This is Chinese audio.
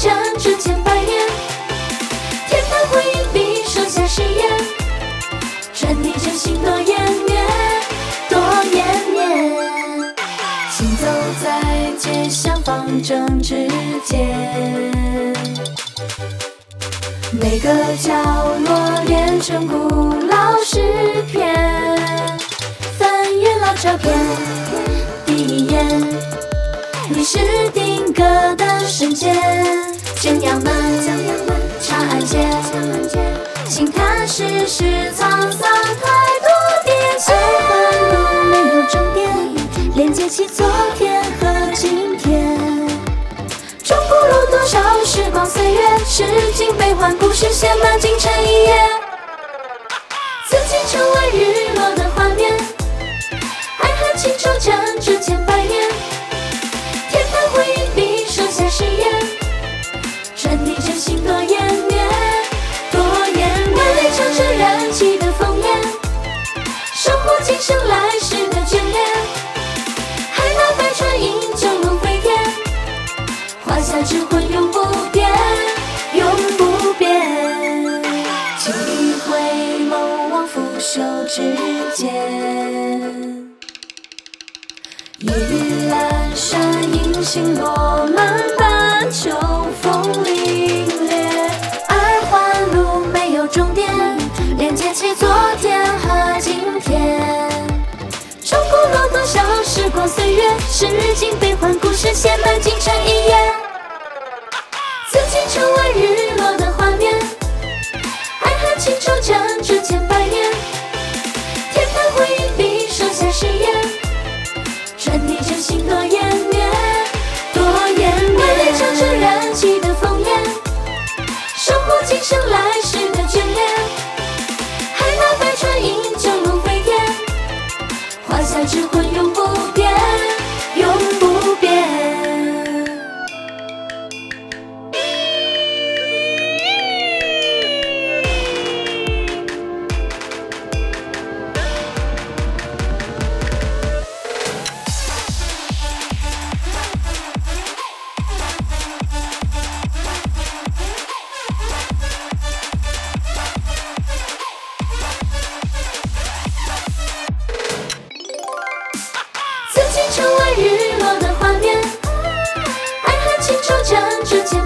政治千百年，天坛回应必设下誓言，传递真心多延绵，多延绵。行走在街巷方正之间，每个角落连成古老诗篇，翻阅老照片，第一眼你是定格的瞬间。正阳门长安街，轻踏世事沧桑太多变迁。二环路没有终点，连接起昨天和今天。中古路多少时光岁月，诗经悲欢，故事写满京城一页。自己成为日落的画面，爱恨情仇政治千百年，天坛回应必设下誓言，传递真心多延绵，多延绵。万里长城燃起的烽烟，守护今生来世的眷恋。海纳百川饮九龙飞天，华夏之魂永不变，永不变。轻一回眸望拂袖之间，一缕阑珊映星落满半秋风凛冽。二环路没有终点，连接起昨天和今天。中古路多少时光岁月，诗经悲欢，故事写满京城一页。自己成为日落的画面，爱恨情仇政治千百年，天坛回应必设下誓言，传递真心多延绵，多延绵。万里长城燃起的烽烟，守护今生来世的眷恋。海纳百川饮九龙飞天，华夏之魂永不变，永不变。自己成为日落的画面，爱恨情仇政治千